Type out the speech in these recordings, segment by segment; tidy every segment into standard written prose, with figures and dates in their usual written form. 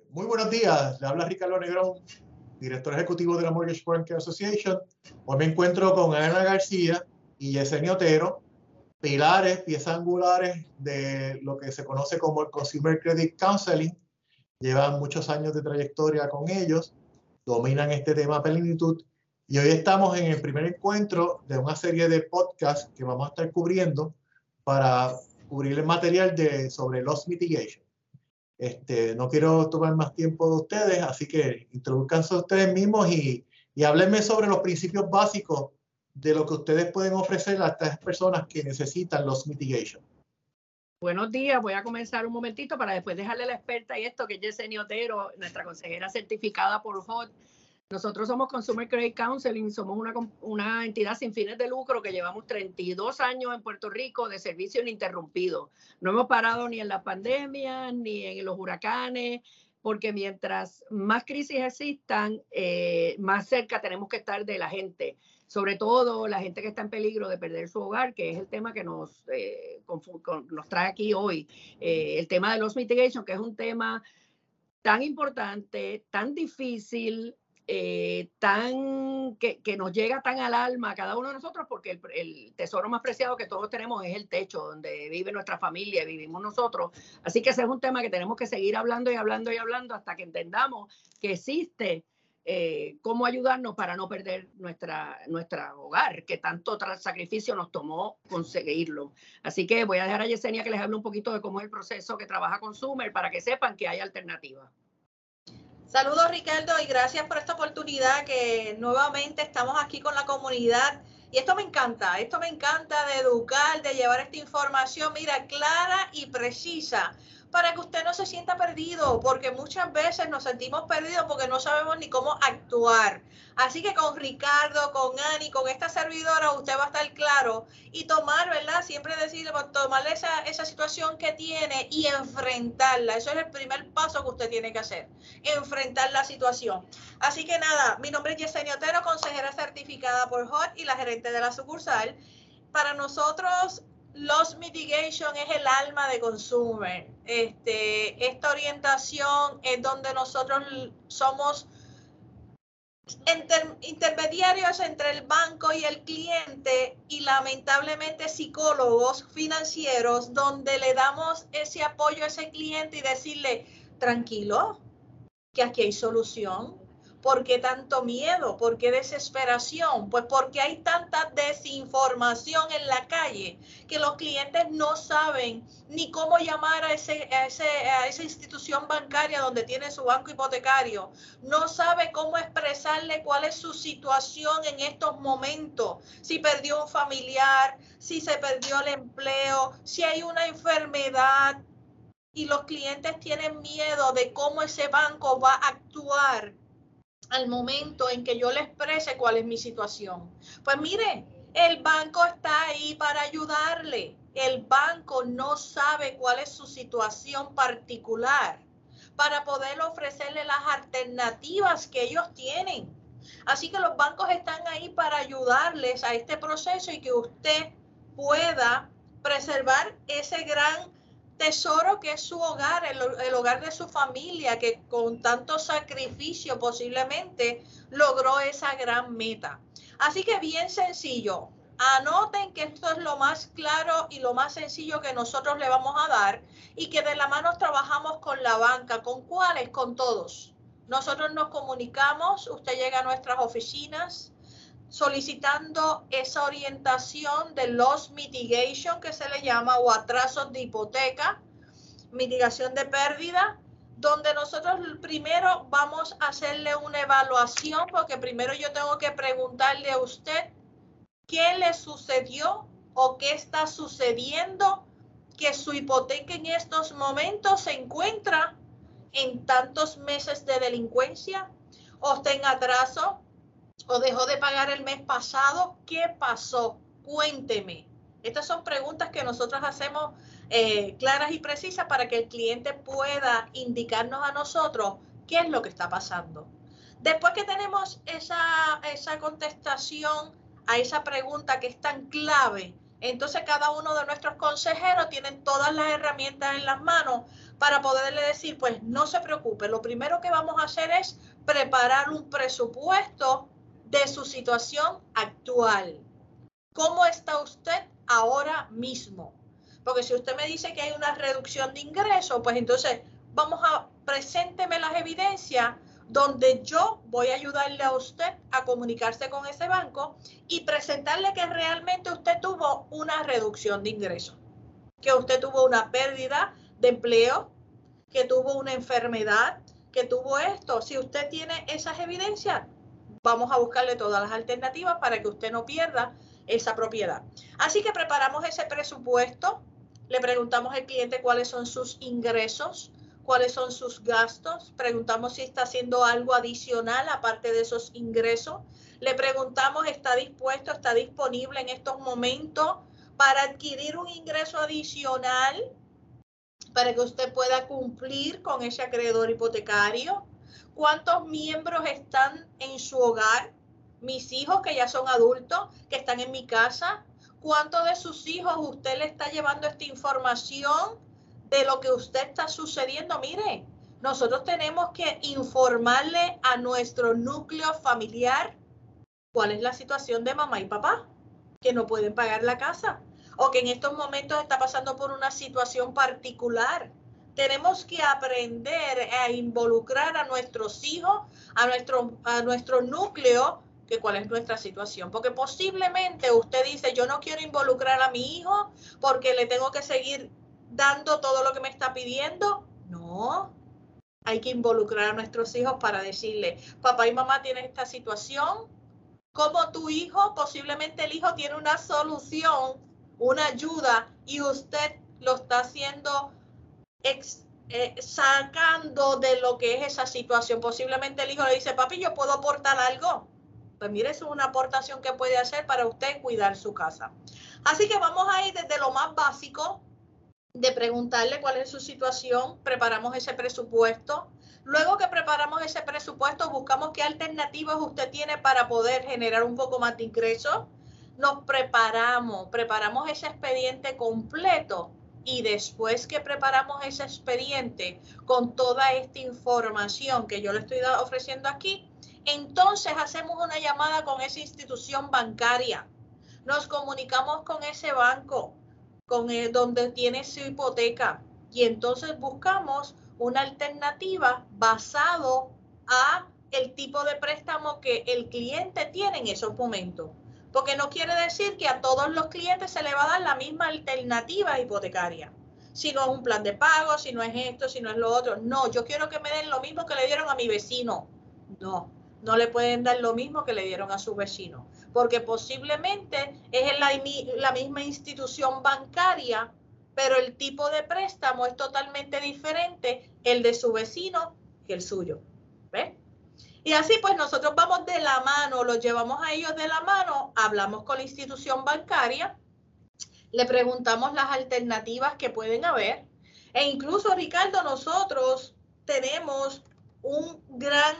Muy buenos días, le habla Ricardo Negrón, director ejecutivo de la Mortgage Banker Association. Hoy me encuentro con Ana García y Yesenia Otero, pilares, piezas angulares de lo que se conoce como el Consumer Credit Counseling. Llevan muchos años de trayectoria con ellos, dominan este tema a plenitud y hoy estamos en el primer encuentro de una serie de podcasts que vamos a estar cubriendo para cubrir el material sobre loss mitigation. No quiero tomar más tiempo de ustedes, así que introduzcanse ustedes mismos y háblenme sobre los principios básicos de lo que ustedes pueden ofrecer a estas personas que necesitan loss mitigation. Buenos días, voy a comenzar un momentito para después dejarle a la experta y esto, que es Yesenia Otero, nuestra consejera certificada por HUD. Nosotros somos Consumer Credit Counseling, somos una entidad sin fines de lucro que llevamos 32 años en Puerto Rico de servicio ininterrumpido. No hemos parado ni en las pandemias, ni en los huracanes, porque mientras más crisis existan, más cerca tenemos que estar de la gente. Sobre todo la gente que está en peligro de perder su hogar, que es el tema que nos trae aquí hoy. El tema de loss mitigation, que es un tema tan importante, tan difícil, que nos llega tan al alma a cada uno de nosotros, porque el tesoro más preciado que todos tenemos es el techo donde vive nuestra familia, vivimos nosotros. Así que ese es un tema que tenemos que seguir hablando y hablando y hablando hasta que entendamos que existe cómo ayudarnos para no perder nuestra hogar, que tanto sacrificio nos tomó conseguirlo. Así que voy a dejar a Yesenia que les hable un poquito de cómo es el proceso que trabaja Consumer para que sepan que hay alternativas. Saludos, Ricardo, y gracias por esta oportunidad que nuevamente estamos aquí con la comunidad. Y esto me encanta de educar, de llevar esta información, mira, clara y precisa, para que usted no se sienta perdido, porque muchas veces nos sentimos perdidos porque no sabemos ni cómo actuar. Así que con Ricardo, con Ani, con esta servidora, usted va a estar claro y tomar, ¿verdad? Siempre decirle, tomar esa situación que tiene y enfrentarla. Eso es el primer paso que usted tiene que hacer, enfrentar la situación. Así que nada, mi nombre es Yesenia Otero, consejera certificada por HUD y la gerente de la sucursal. Para nosotros, loss mitigation es el alma de Consumer. Esta orientación es donde nosotros somos intermediarios entre el banco y el cliente y lamentablemente psicólogos financieros, donde le damos ese apoyo a ese cliente y decirle, tranquilo, que aquí hay solución. ¿Por qué tanto miedo? ¿Por qué desesperación? Pues porque hay tanta desinformación en la calle que los clientes no saben ni cómo llamar a esa institución bancaria donde tiene su banco hipotecario. No sabe cómo expresarle cuál es su situación en estos momentos. Si perdió un familiar, si se perdió el empleo, si hay una enfermedad. Y los clientes tienen miedo de cómo ese banco va a actuar al momento en que yo le exprese cuál es mi situación. Pues mire, el banco está ahí para ayudarle. El banco no sabe cuál es su situación particular para poder ofrecerle las alternativas que ellos tienen. Así que los bancos están ahí para ayudarles a este proceso y que usted pueda preservar ese gran tesoro que es su hogar, el hogar de su familia, que con tanto sacrificio posiblemente logró esa gran meta. Así que bien sencillo, anoten que esto es lo más claro y lo más sencillo que nosotros le vamos a dar y que de la mano trabajamos con la banca. ¿Con cuáles? Con todos. Nosotros nos comunicamos, usted llega a nuestras oficinas solicitando esa orientación de loss mitigation, que se le llama, o atrasos de hipoteca, mitigación de pérdida, donde nosotros primero vamos a hacerle una evaluación, porque primero yo tengo que preguntarle a usted qué le sucedió o qué está sucediendo, que su hipoteca en estos momentos se encuentra en tantos meses de delincuencia, o está en atraso, o dejó de pagar el mes pasado. ¿Qué pasó? Cuénteme. Estas son preguntas que nosotros hacemos claras y precisas para que el cliente pueda indicarnos a nosotros qué es lo que está pasando. Después que tenemos esa contestación a esa pregunta que es tan clave, entonces cada uno de nuestros consejeros tienen todas las herramientas en las manos para poderle decir, pues no se preocupe, lo primero que vamos a hacer es preparar un presupuesto de su situación actual. ¿Cómo está usted ahora mismo? Porque si usted me dice que hay una reducción de ingresos, pues entonces presénteme las evidencias donde yo voy a ayudarle a usted a comunicarse con ese banco y presentarle que realmente usted tuvo una reducción de ingresos, que usted tuvo una pérdida de empleo, que tuvo una enfermedad, que tuvo esto. Si usted tiene esas evidencias, vamos a buscarle todas las alternativas para que usted no pierda esa propiedad. Así que preparamos ese presupuesto, le preguntamos al cliente cuáles son sus ingresos, cuáles son sus gastos, preguntamos si está haciendo algo adicional aparte de esos ingresos, le preguntamos está dispuesto, está disponible en estos momentos para adquirir un ingreso adicional para que usted pueda cumplir con ese acreedor hipotecario. ¿Cuántos miembros están en su hogar? Mis hijos que ya son adultos, que están en mi casa. ¿Cuántos de sus hijos usted le está llevando esta información de lo que usted está sucediendo? Mire, nosotros tenemos que informarle a nuestro núcleo familiar cuál es la situación de mamá y papá, que no pueden pagar la casa o que en estos momentos está pasando por una situación particular. Tenemos que aprender a involucrar a nuestros hijos, a nuestro núcleo, que cuál es nuestra situación. Porque posiblemente usted dice, yo no quiero involucrar a mi hijo porque le tengo que seguir dando todo lo que me está pidiendo. No, hay que involucrar a nuestros hijos para decirle, papá y mamá tienen esta situación. Como tu hijo, posiblemente el hijo tiene una solución, una ayuda, y usted lo está haciendo sacando de lo que es esa situación. Posiblemente el hijo le dice, papi, ¿yo puedo aportar algo? Pues mire, eso es una aportación que puede hacer para usted cuidar su casa. Así que vamos a ir desde lo más básico, de preguntarle cuál es su situación, preparamos ese presupuesto. Luego que preparamos ese presupuesto, buscamos qué alternativas usted tiene para poder generar un poco más de ingresos. Nos preparamos ese expediente completo y después que preparamos ese expediente con toda esta información que yo le estoy ofreciendo aquí, entonces hacemos una llamada con esa institución bancaria. Nos comunicamos con ese banco donde tiene su hipoteca y entonces buscamos una alternativa basado a el tipo de préstamo que el cliente tiene en esos momentos. Porque no quiere decir que a todos los clientes se le va a dar la misma alternativa hipotecaria. Si no es un plan de pago, si no es esto, si no es lo otro. No, yo quiero que me den lo mismo que le dieron a mi vecino. No, no le pueden dar lo mismo que le dieron a su vecino. Porque posiblemente es la misma institución bancaria, pero el tipo de préstamo es totalmente diferente el de su vecino que el suyo. ¿Ves? Y así pues nosotros vamos de la mano, los llevamos a ellos de la mano, hablamos con la institución bancaria, le preguntamos las alternativas que pueden haber e incluso, Ricardo, nosotros tenemos una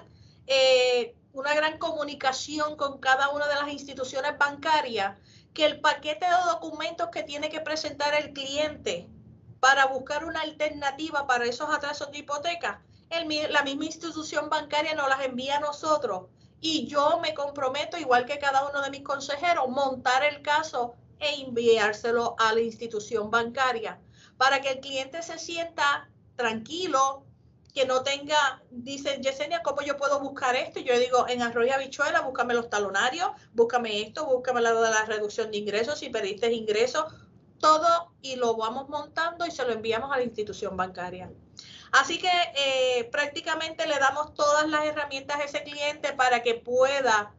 gran comunicación con cada una de las instituciones bancarias, que el paquete de documentos que tiene que presentar el cliente para buscar una alternativa para esos atrasos de hipoteca, la misma institución bancaria nos las envía a nosotros y yo me comprometo, igual que cada uno de mis consejeros, montar el caso e enviárselo a la institución bancaria para que el cliente se sienta tranquilo, que no tenga, dice Yesenia, ¿cómo yo puedo buscar esto? Y yo digo, en Arroyo y Habichuela, búscame los talonarios, búscame esto, búscame la reducción de ingresos, si perdiste ingresos, todo, y lo vamos montando y se lo enviamos a la institución bancaria. Así que prácticamente le damos todas las herramientas a ese cliente para que pueda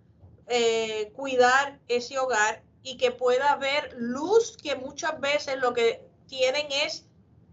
cuidar ese hogar y que pueda ver luz, que muchas veces lo que tienen es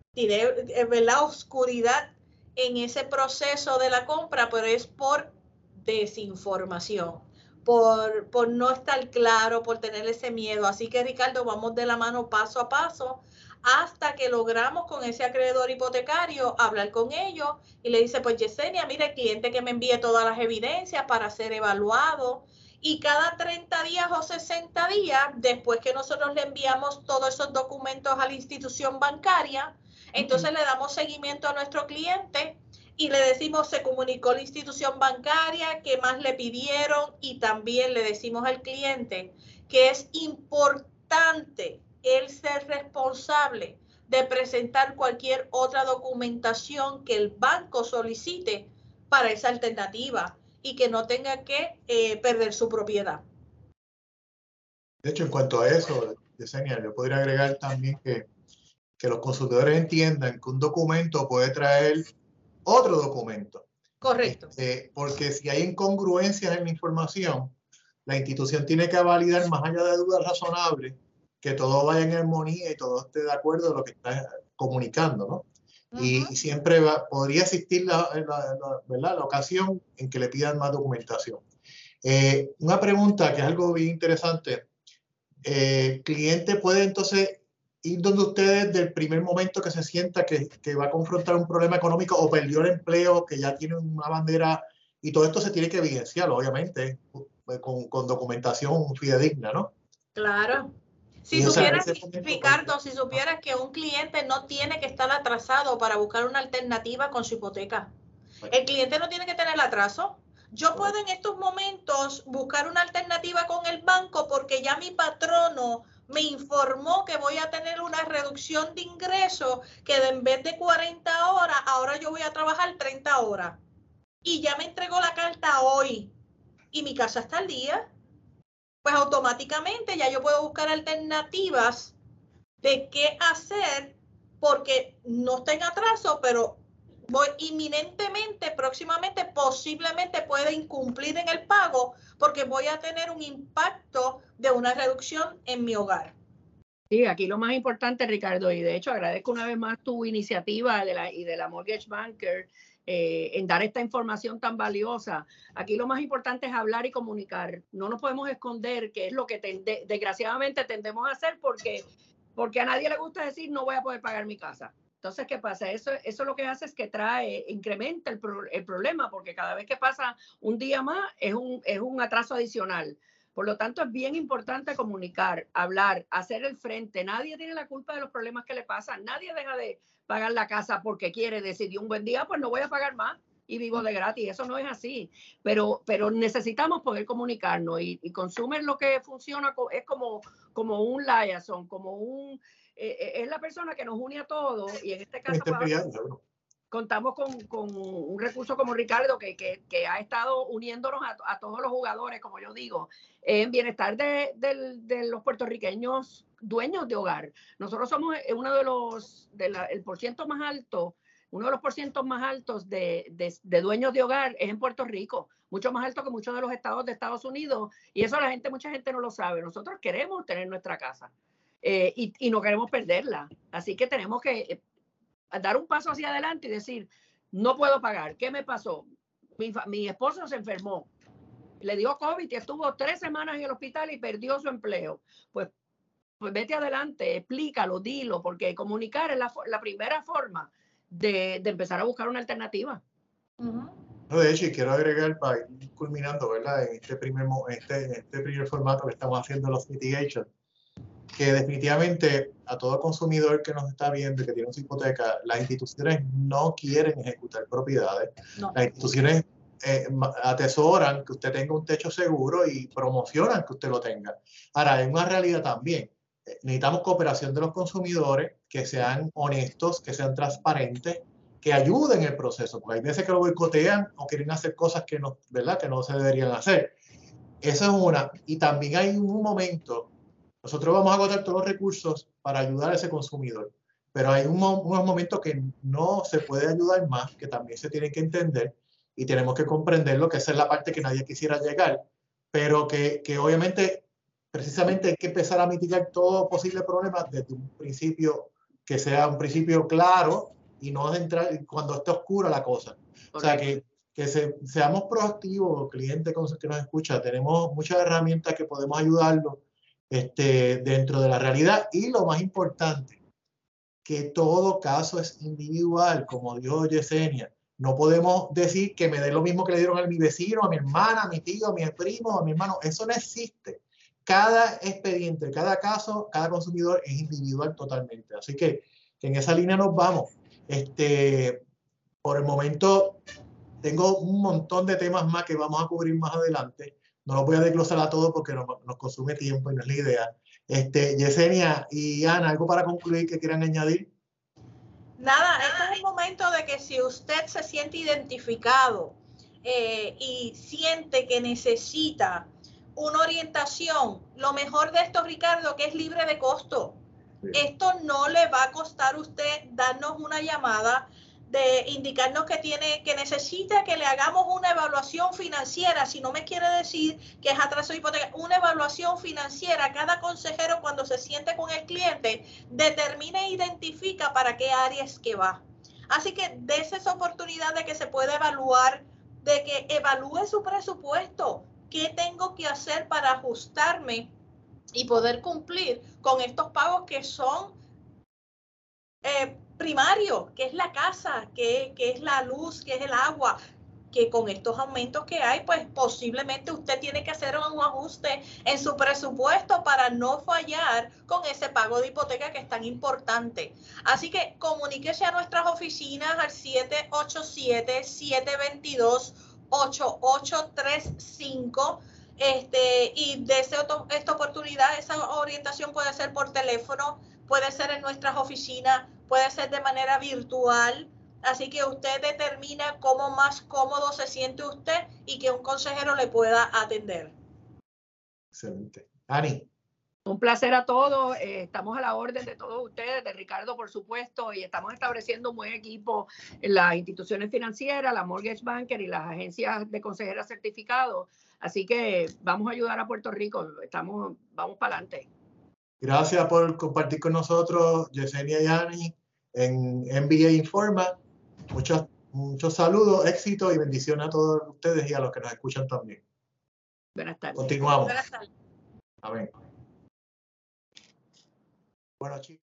la oscuridad en ese proceso de la compra, pero es por desinformación, por no estar claro, por tener ese miedo. Así que, Ricardo, vamos de la mano paso a paso hasta que logramos con ese acreedor hipotecario hablar con ellos y le dice, pues Yesenia, mira, el cliente que me envíe todas las evidencias para ser evaluado, y cada 30 días o 60 días, después que nosotros le enviamos todos esos documentos a la institución bancaria, Entonces le damos seguimiento a nuestro cliente y le decimos, se comunicó la institución bancaria, qué más le pidieron, y también le decimos al cliente que es importante él ser responsable de presentar cualquier otra documentación que el banco solicite para esa alternativa y que no tenga que perder su propiedad. De hecho, en cuanto a eso, Yesenia, yo podría agregar también que los consumidores entiendan que un documento puede traer otro documento. Correcto. Porque si hay incongruencias en la información, la institución tiene que validar, más allá de dudas razonables, que todo vaya en armonía y todo esté de acuerdo de lo que está comunicando, ¿no? Y siempre podría existir ¿verdad? La ocasión en que le pidan más documentación. Una pregunta que es algo bien interesante. El cliente puede entonces ir donde usted desde el primer momento que se sienta que va a confrontar un problema económico o perdió el empleo, que ya tiene una bandera, y todo esto se tiene que evidenciar, obviamente, con documentación fidedigna, ¿no? Claro. Si supieras, Ricardo, si supieras que un cliente no tiene que estar atrasado para buscar una alternativa con su hipoteca. El cliente no tiene que tener atraso. Yo puedo en estos momentos buscar una alternativa con el banco porque ya mi patrono me informó que voy a tener una reducción de ingreso, que en vez de 40 horas, ahora yo voy a trabajar 30 horas. Y ya me entregó la carta hoy y mi casa está al día. Pues automáticamente ya yo puedo buscar alternativas de qué hacer porque no está en atraso, pero voy inminentemente, próximamente, posiblemente puede incumplir en el pago porque voy a tener un impacto de una reducción en mi hogar. Sí, aquí lo más importante, Ricardo, y de hecho agradezco una vez más tu iniciativa de la Mortgage Banker en dar esta información tan valiosa. Aquí lo más importante es hablar y comunicar. No nos podemos esconder, que es lo que desgraciadamente tendemos a hacer porque a nadie le gusta decir no voy a poder pagar mi casa. Entonces, ¿qué pasa? Eso lo que hace es que incrementa el problema, porque cada vez que pasa un día más es un atraso adicional. Por lo tanto, es bien importante comunicar, hablar, hacer el frente. Nadie tiene la culpa de los problemas que le pasan. Nadie deja de pagar la casa porque quiere, decidió un buen día, pues no voy a pagar más y vivo de gratis. Eso no es así. Pero necesitamos poder comunicarnos y Consumer lo que funciona es como un liaison, es la persona que nos une a todos y en este caso contamos con un recurso como Ricardo que ha estado uniéndonos a todos los jugadores, como yo digo, en bienestar de los puertorriqueños dueños de hogar. Nosotros somos uno de los porcientos más altos de dueños de hogar es en Puerto Rico, mucho más alto que muchos de los estados de Estados Unidos, y eso mucha gente no lo sabe. Nosotros queremos tener nuestra casa y no queremos perderla, así que tenemos que dar un paso hacia adelante y decir, no puedo pagar, ¿qué me pasó? Mi esposo se enfermó, le dio COVID y estuvo 3 semanas en el hospital y perdió su empleo. Pues vete adelante, explícalo, dilo, porque comunicar es la primera forma de empezar a buscar una alternativa. De hecho, y quiero agregar, para ir culminando, ¿verdad? En este primer formato que estamos haciendo los mitigation, que definitivamente a todo consumidor que nos está viendo y que tiene su hipoteca, las instituciones no quieren ejecutar propiedades. No. Las instituciones atesoran que usted tenga un techo seguro y promocionan que usted lo tenga. Ahora, hay una realidad también. Necesitamos cooperación de los consumidores, que sean honestos, que sean transparentes, que ayuden el proceso, porque hay veces que lo boicotean o quieren hacer cosas que no, ¿verdad? Que no se deberían hacer. Eso es una. Y también hay un momento. Nosotros vamos a agotar todos los recursos para ayudar a ese consumidor, pero hay unos momentos que no se puede ayudar más, que también se tiene que entender y tenemos que comprenderlo, que esa es la parte que nadie quisiera llegar, pero que obviamente precisamente hay que empezar a mitigar todo posible problema desde un principio que sea un principio claro y no entrar cuando esté oscura la cosa. O sea, que seamos proactivos, clientes que nos escucha, tenemos muchas herramientas que podemos ayudarlos dentro de la realidad, y lo más importante, que todo caso es individual, como dijo Yesenia. No podemos decir que me dé lo mismo que le dieron a mi vecino, a mi hermana, a mi tío, a mi primo, a mi hermano. Eso no existe. Cada expediente, cada caso, cada consumidor es individual totalmente. Así que en esa línea nos vamos. Por el momento tengo un montón de temas más que vamos a cubrir más adelante. No los voy a desglosar a todos porque nos consume tiempo y no es la idea. Yesenia y Ana, ¿algo para concluir que quieran añadir? Nada, este es el momento de que si usted se siente identificado y siente que necesita una orientación, lo mejor de esto, Ricardo, que es libre de costo. Sí. Esto no le va a costar a usted darnos una llamada de indicarnos que necesita que le hagamos una evaluación financiera. Si no me quiere decir que es atraso de hipoteca, una evaluación financiera. Cada consejero, cuando se siente con el cliente, determina e identifica para qué áreas que va. Así que dése esa oportunidad de que se pueda evaluar, de que evalúe su presupuesto. ¿Qué tengo que hacer para ajustarme y poder cumplir con estos pagos que son primario, que es la casa, que es la luz, que es el agua, que con estos aumentos que hay, pues posiblemente usted tiene que hacer un ajuste en su presupuesto para no fallar con ese pago de hipoteca que es tan importante. Así que comuníquese a nuestras oficinas al 787-722-8835 y desde esta oportunidad, esa orientación puede ser por teléfono, puede ser en nuestras oficinas, puede ser de manera virtual. Así que usted determina cómo más cómodo se siente usted y que un consejero le pueda atender. Excelente. Ani. Un placer a todos. Estamos a la orden de todos ustedes, de Ricardo, por supuesto, y estamos estableciendo un buen equipo en las instituciones financieras, la Mortgage Banker y las agencias de consejeras certificados. Así que vamos a ayudar a Puerto Rico. Vamos para adelante. Gracias por compartir con nosotros, Yesenia y Ani, en MBA Informa. Muchos saludos, éxito y bendiciones a todos ustedes y a los que nos escuchan también. Buenas tardes. Continuamos. Buenas tardes. Amén. Bueno, chicos.